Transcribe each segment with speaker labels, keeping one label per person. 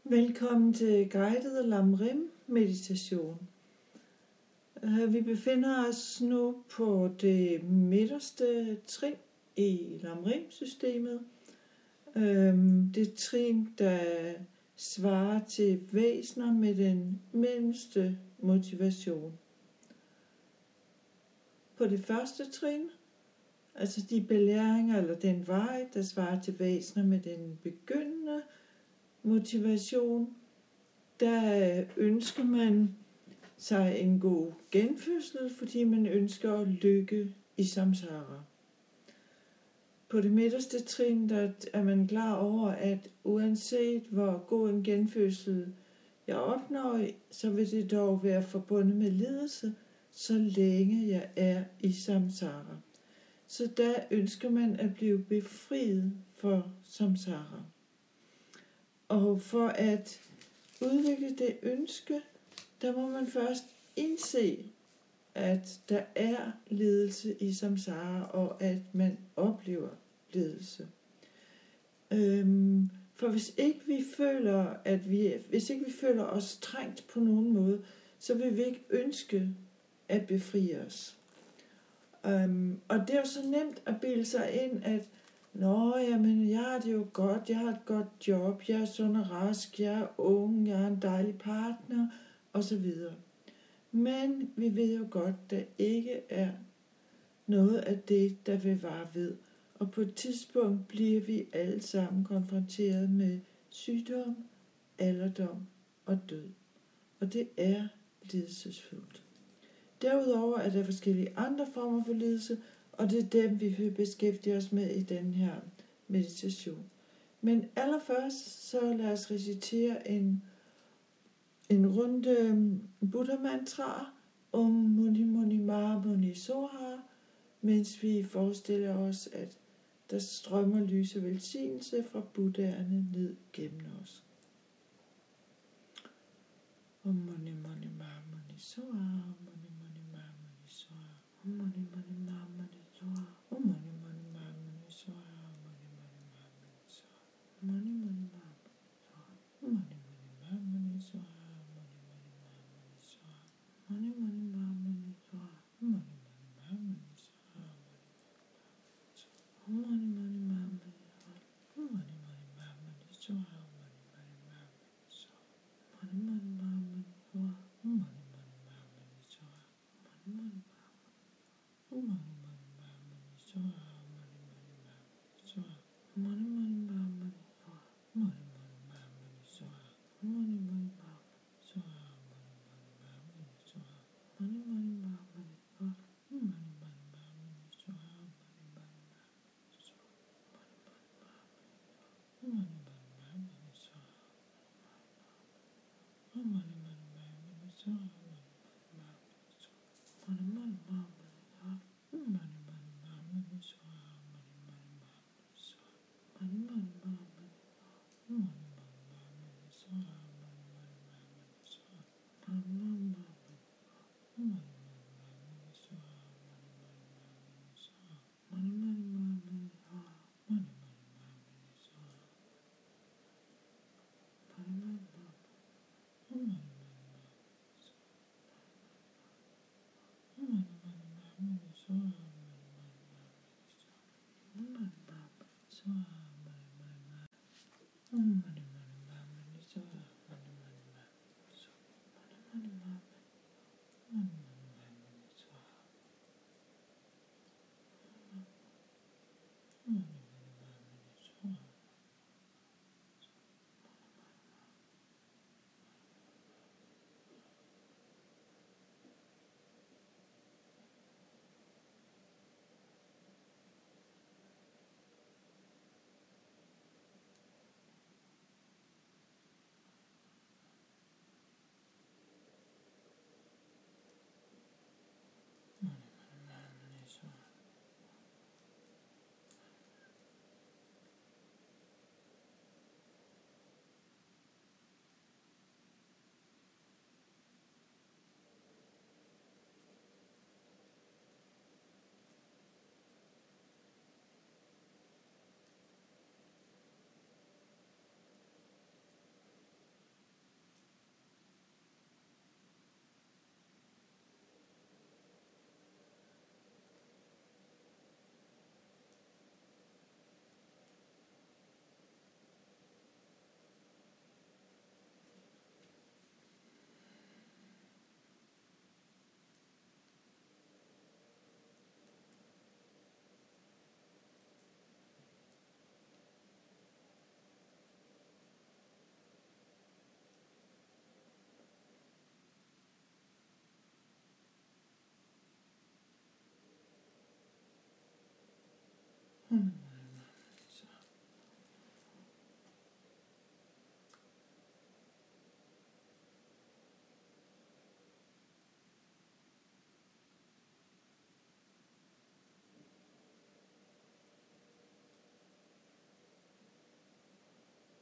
Speaker 1: Velkommen til guided Lam-Rim meditation. Vi befinder os nu på det midterste trin i Lam-Rim systemet. Det trin, der svarer til væsener med den mellemste motivation. På det første trin, altså de belæringer eller den vej, der svarer til væsener med den begyndende motivation, der ønsker man sig en god genfødsel, fordi man ønsker at lykke i samsara. På det midterste trin, der er man klar over, at uanset hvor god en genfødsel jeg opnår, så vil det dog være forbundet med lidelse, så længe jeg er i samsara. Så der ønsker man at blive befriet for samsara. Og for at udvikle det ønske, der må man først indse, at der er lidelse i samsara, og at man oplever lidelse. For hvis ikke vi føler os trængt på nogen måde, så vil vi ikke ønske at befri os. Og det er jo så nemt at bilde sig ind, at jeg har det jo godt, jeg har et godt job, jeg er sund og rask, jeg er ung, jeg er en dejlig partner, osv. Men vi ved jo godt, at der ikke er noget af det, der vil vare ved. Og på et tidspunkt bliver vi alle sammen konfronteret med sygdom, alderdom og død. Og det er lidelsesfuldt. Derudover er der forskellige andre former for lidelse, og det er dem, vi vil beskæftige os med i den her meditation. Men allerførst, så lad os recitere en runde Buddha-mantra om Muni Muni Ma Muni Soha, mens vi forestiller os, at der strømmer lys og velsignelse fra buddhaerne ned gennem os. Om Muni Muni Ma Muni Soha, Muni Muni Ma Muni Soha, Muni Muni Ma Muni Soha, Muni Muni Ma Muni Soha, Muni Muni Ma Muni Soha, Muni Muni Ma Muni Soha, Muni Muni Ma Muni Soha, Muni Muni Ma Muni Soha, Muni Muni Ma Muni Soha, Muni Muni Ma Muni Soha, Muni Muni Ma Muni Soha, Muni Muni Ma Muni Soha, Muni Muni Ma Muni Soha, Muni Muni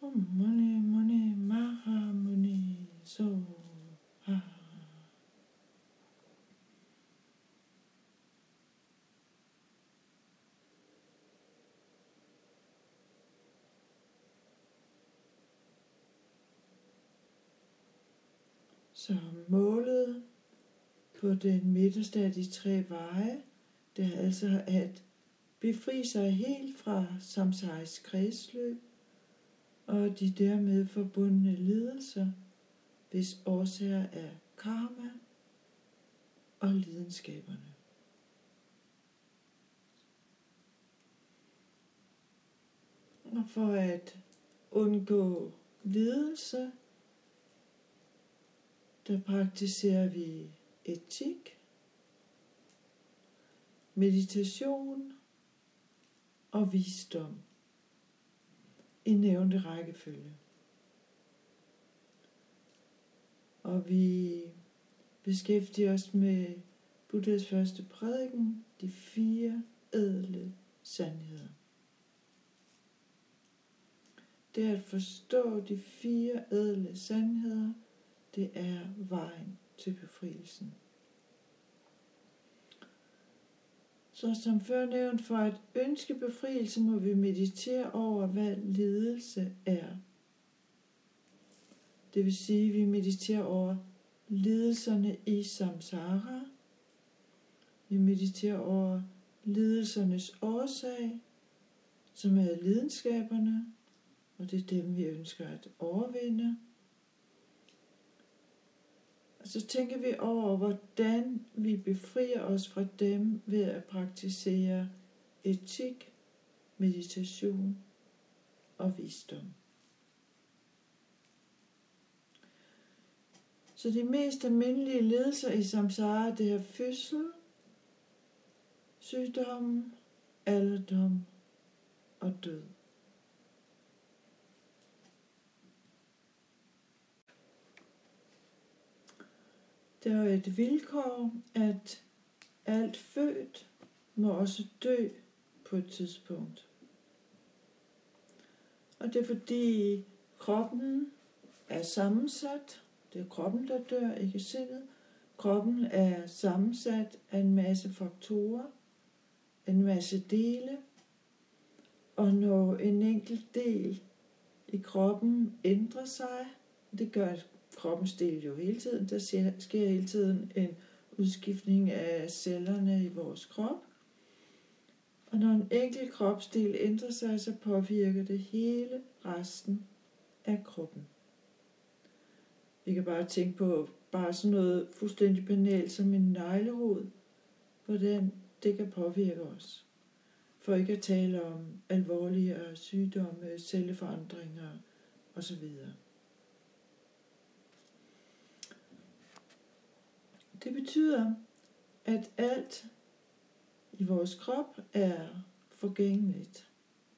Speaker 1: Muni muni maha muni soha. Så målet på den midterste af de 3 veje, det er altså at befri sig helt fra samsaris kredsløb og de dermed forbundne lidelser, hvis årsager er karma og lidenskaberne. Og for at undgå lidelse, der praktiserer vi etik, meditation og visdom i nævnte rækkefølge. Og vi beskæftiger os med Buddhas første prædiken, de 4 ædle sandheder. Det at forstå de 4 ædle sandheder, det er vejen til befrielsen. Så som før nævnt, for at ønske befrielse, må vi meditere over, hvad lidelse er. Det vil sige, at vi mediterer over lidelserne i samsara. Vi mediterer over lidelsernes årsag, som er lidenskaberne, og det er dem, vi ønsker at overvinde. Og så tænker vi over, hvordan vi befrier os fra dem ved at praktisere etik, meditation og visdom. Så de mest almindelige lidelser i samsara, det er fødsel, sygdom, alderdom og død. Det er et vilkår, at alt født må også dø på et tidspunkt. Og det er fordi kroppen er sammensat. Det er kroppen, der dør, ikke sindet. Kroppen er sammensat af en masse faktorer, en masse dele. Og når en enkelt del i kroppen ændrer sig, det gør kroppens del jo hele tiden. Der sker hele tiden en udskiftning af cellerne i vores krop. Og når en enkelt kropsdel ændrer sig, så påvirker det hele resten af kroppen. Vi kan bare tænke på bare sådan noget fuldstændig banalt som en neglerod, hvordan det kan påvirke os. For ikke at tale om alvorlige sygdomme, celleforandringer osv. Det betyder, at alt i vores krop er forgængeligt,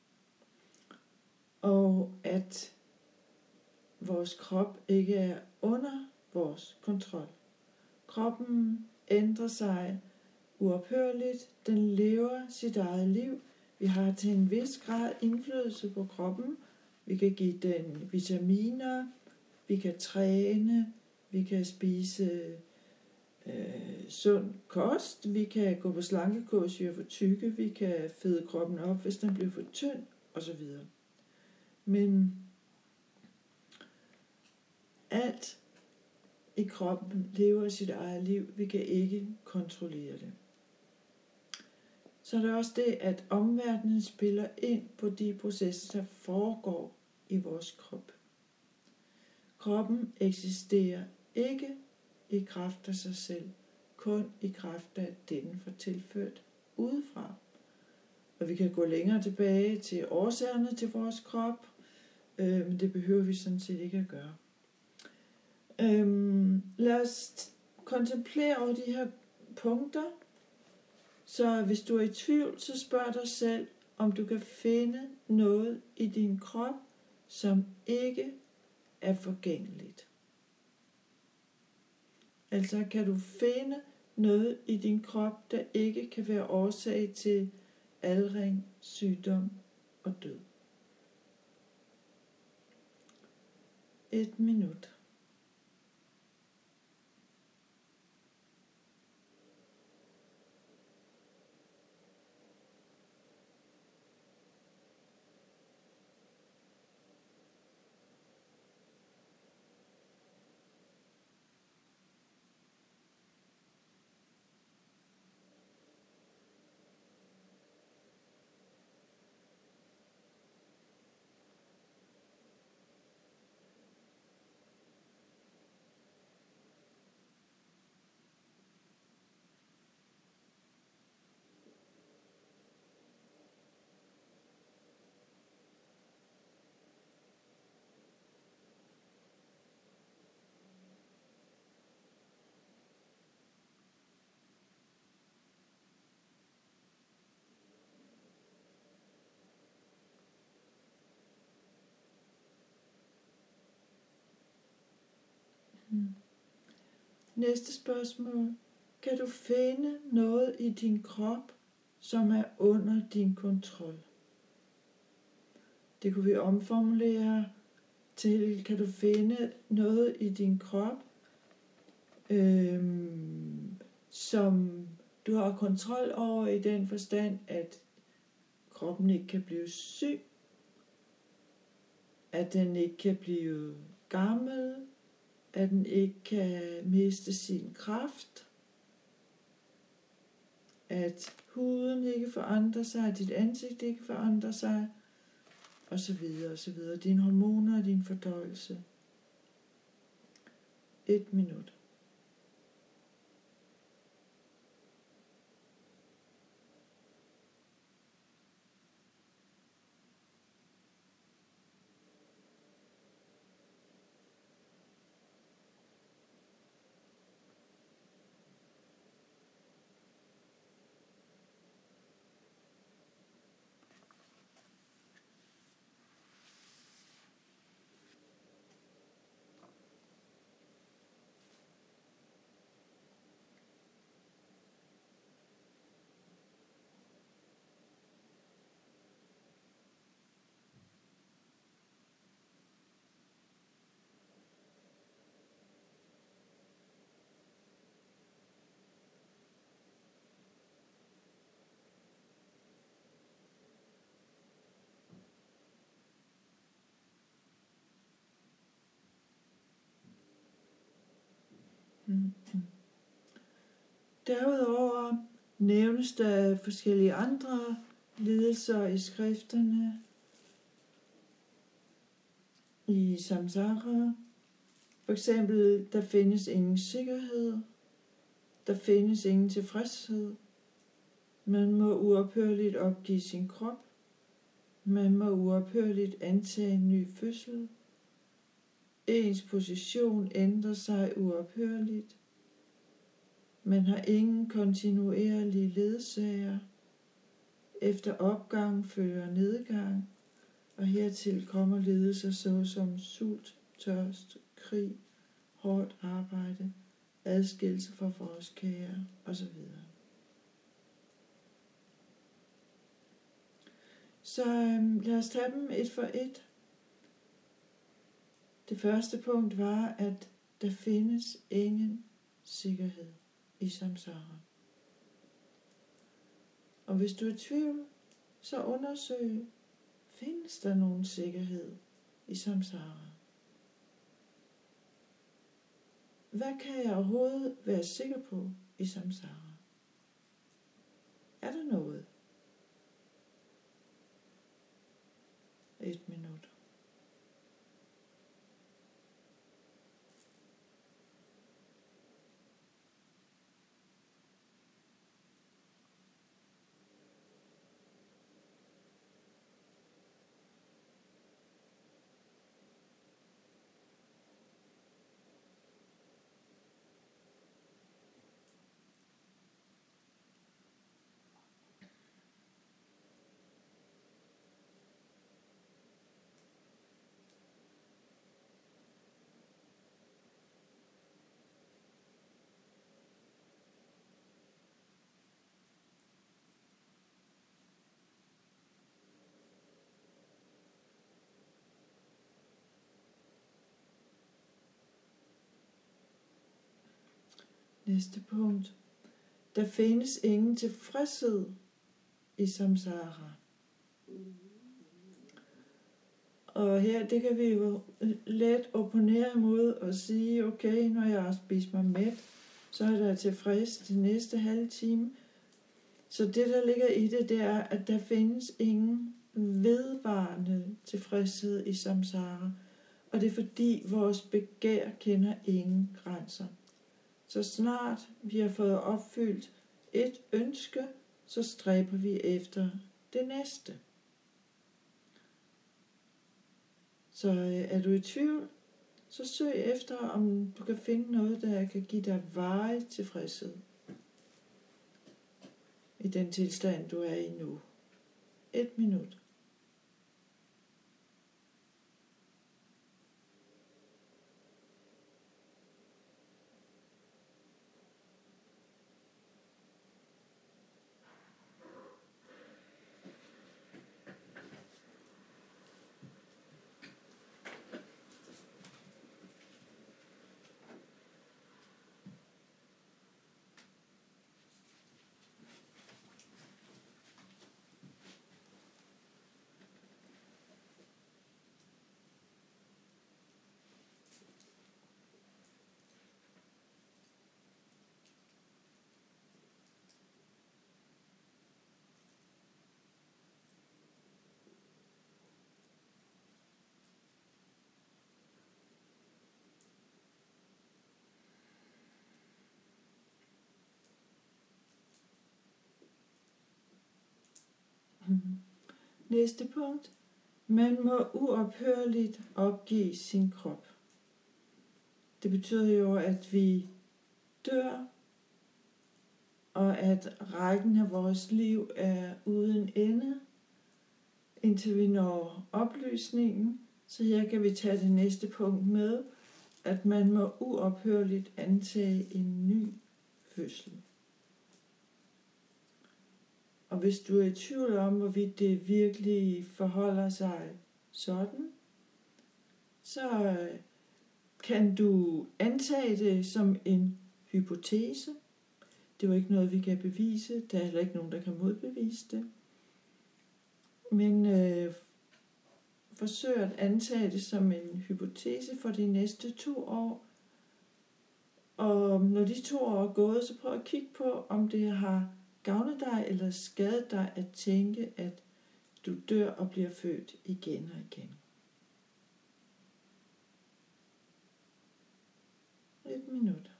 Speaker 1: og at vores krop ikke er under vores kontrol. Kroppen ændrer sig uophørligt. Den lever sit eget liv. Vi har til en vis grad indflydelse på kroppen. Vi kan give den vitaminer, vi kan træne, vi kan spise sund kost, vi kan gå på slankekurs, vi er for tykke, vi kan fede kroppen op, hvis den bliver for tynd, osv. Men alt i kroppen lever sit eget liv, vi kan ikke kontrollere det. Så er det også det, at omverdenen spiller ind på de processer, der foregår i vores krop. Kroppen eksisterer ikke i kraft af sig selv, kun i kraft af det, den får tilført udefra. Og vi kan gå længere tilbage til årsagerne til vores krop, men det behøver vi sådan set ikke at gøre. Lad os kontemplere over de her punkter. Så hvis du er i tvivl, så spørg dig selv, om du kan finde noget i din krop, som ikke er forgængeligt. Altså kan du finde noget i din krop, der ikke kan være årsag til aldring, sygdom og død. 1 minut. Næste spørgsmål. Kan du finde noget i din krop, som er under din kontrol? Det kunne vi omformulere til, kan du finde noget i din krop, som du har kontrol over i den forstand, at kroppen ikke kan blive syg, at den ikke kan blive gammel, at den ikke kan miste sin kraft, at huden ikke forandrer sig, at dit ansigt ikke forandrer sig, og så videre, og så videre. Dine hormoner og din fordøjelse. 1 minut. Derudover nævnes der forskellige andre lidelser i skrifterne i samsara. For eksempel, der findes ingen sikkerhed, der findes ingen tilfredshed, man må uophørligt opgive sin krop, man må uophørligt antage en ny fødsel, ens position ændrer sig uophørligt, man har ingen kontinuerlige ledsager, efter opgang følger nedgang, og hertil kommer lidelser såsom sult, tørst, krig, hårdt arbejde, adskillelse fra vores kære osv. Så lad os tage dem et for et. Det første punkt var, at der findes ingen sikkerhed i samsara. Og hvis du er i tvivl, så undersøg, findes der nogen sikkerhed i samsara? Hvad kan jeg overhovedet være sikker på i samsara? Er der noget? 1 minut. Næste punkt. Der findes ingen tilfredshed i samsara. Og her, det kan vi jo let opponere imod og sige, okay, når jeg har spist mig mæt, så er jeg tilfreds de næste halve time. Så det, der ligger i det, det er, at der findes ingen vedvarende tilfredshed i samsara. Og det er fordi, vores begær kender ingen grænser. Så snart vi har fået opfyldt et ønske, så stræber vi efter det næste. Så er du i tvivl, så søg efter, om du kan finde noget, der kan give dig varig tilfredshed i den tilstand, du er i nu. 1 minut. Næste punkt. Man må uophørligt opgive sin krop. Det betyder jo, at vi dør, og at rækken af vores liv er uden ende, indtil vi når opløsningen. Så her kan vi tage det næste punkt med, at man må uophørligt antage en ny fødsel. Og hvis du er i tvivl om, hvorvidt det virkelig forholder sig sådan, så kan du antage det som en hypotese. Det er jo ikke noget, vi kan bevise. Der er heller ikke nogen, der kan modbevise det. Men forsøg at antage det som en hypotese for de næste 2 år. Og når de 2 år er gået, så prøv at kigge på, om det har gavnet dig eller skadet dig at tænke, at du dør og bliver født igen og igen. 1 minut.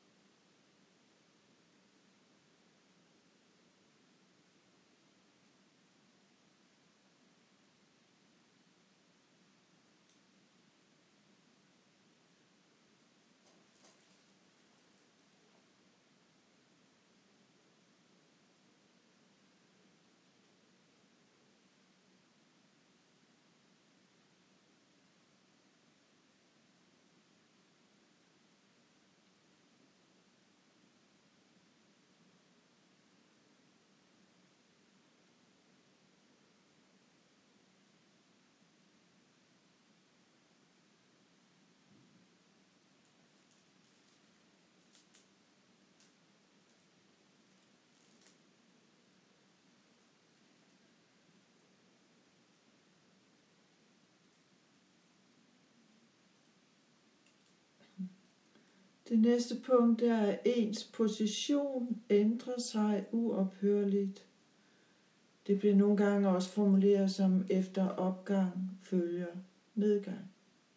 Speaker 1: Det næste punkt er, at ens position ændrer sig uophørligt. Det bliver nogle gange også formuleret som efter opgang følger nedgang.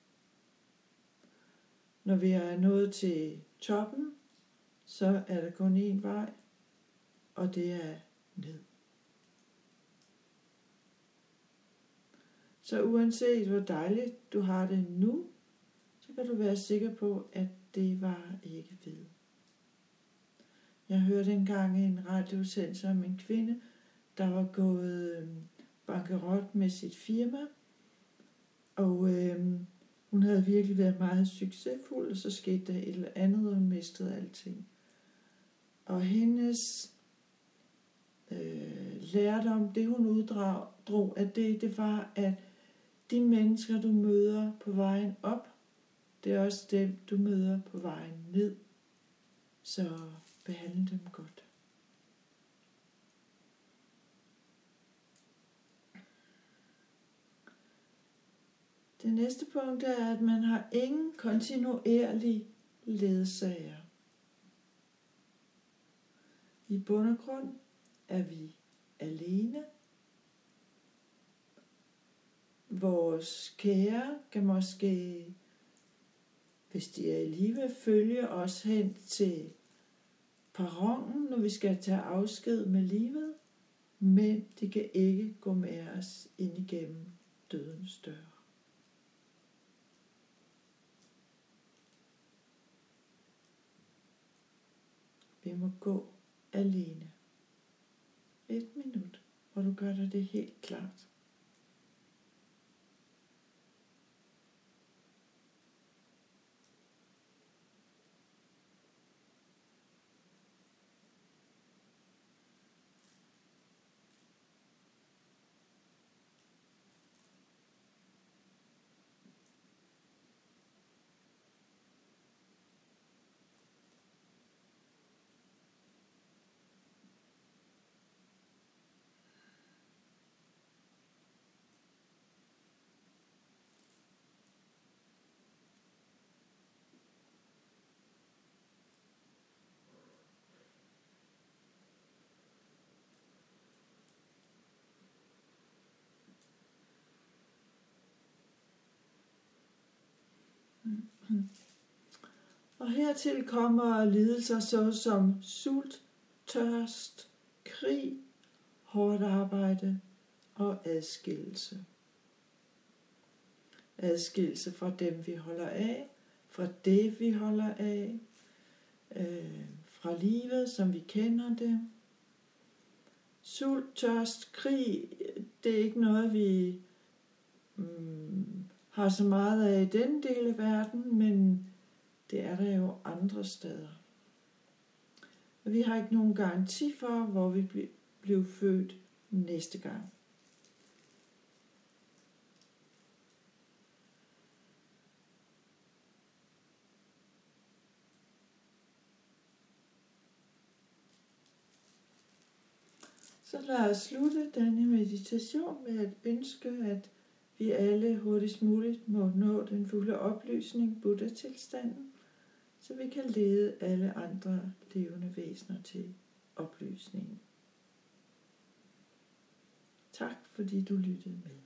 Speaker 1: Når vi er nået til toppen, så er der kun én vej, og det er ned. Så uanset hvor dejligt du har det nu, så kan du være sikker på, at det var ikke ved. Jeg hørte engang en radioudsendelse om en kvinde, der var gået bankerot med sit firma, og hun havde virkelig været meget succesfuld, og så skete der et eller andet, og hun mistede alting. Og hendes lærdom, det hun uddrog af det var, at de mennesker, du møder på vejen op, det er også dem, du møder på vejen ned. Så behandle dem godt. Det næste punkt er, at man har ingen kontinuerlig ledsager. I bund og grund er vi alene. Vores kære kan måske, hvis de er i live, følge os hen til perronen, når vi skal tage afsked med livet, men de kan ikke gå med os ind igennem dødens dør. Vi må gå alene. 1 minut, hvor du gør dig det helt klart. Og hertil kommer lidelser såsom sult, tørst, krig, hårdt arbejde og adskillelse. Adskillelse fra dem, vi holder af, fra det, vi holder af, fra livet, som vi kender det. Sult, tørst, krig, det er ikke noget, vi har så meget af i den del af verden, men det er der jo andre steder. Og vi har ikke nogen garanti for, hvor vi bliver født næste gang. Så lad os slutte denne meditation med at ønske, at vi alle hurtigst muligt må nå den fulde oplysning, Buddha-tilstanden, så vi kan lede alle andre levende væsener til oplysningen. Tak fordi du lyttede med.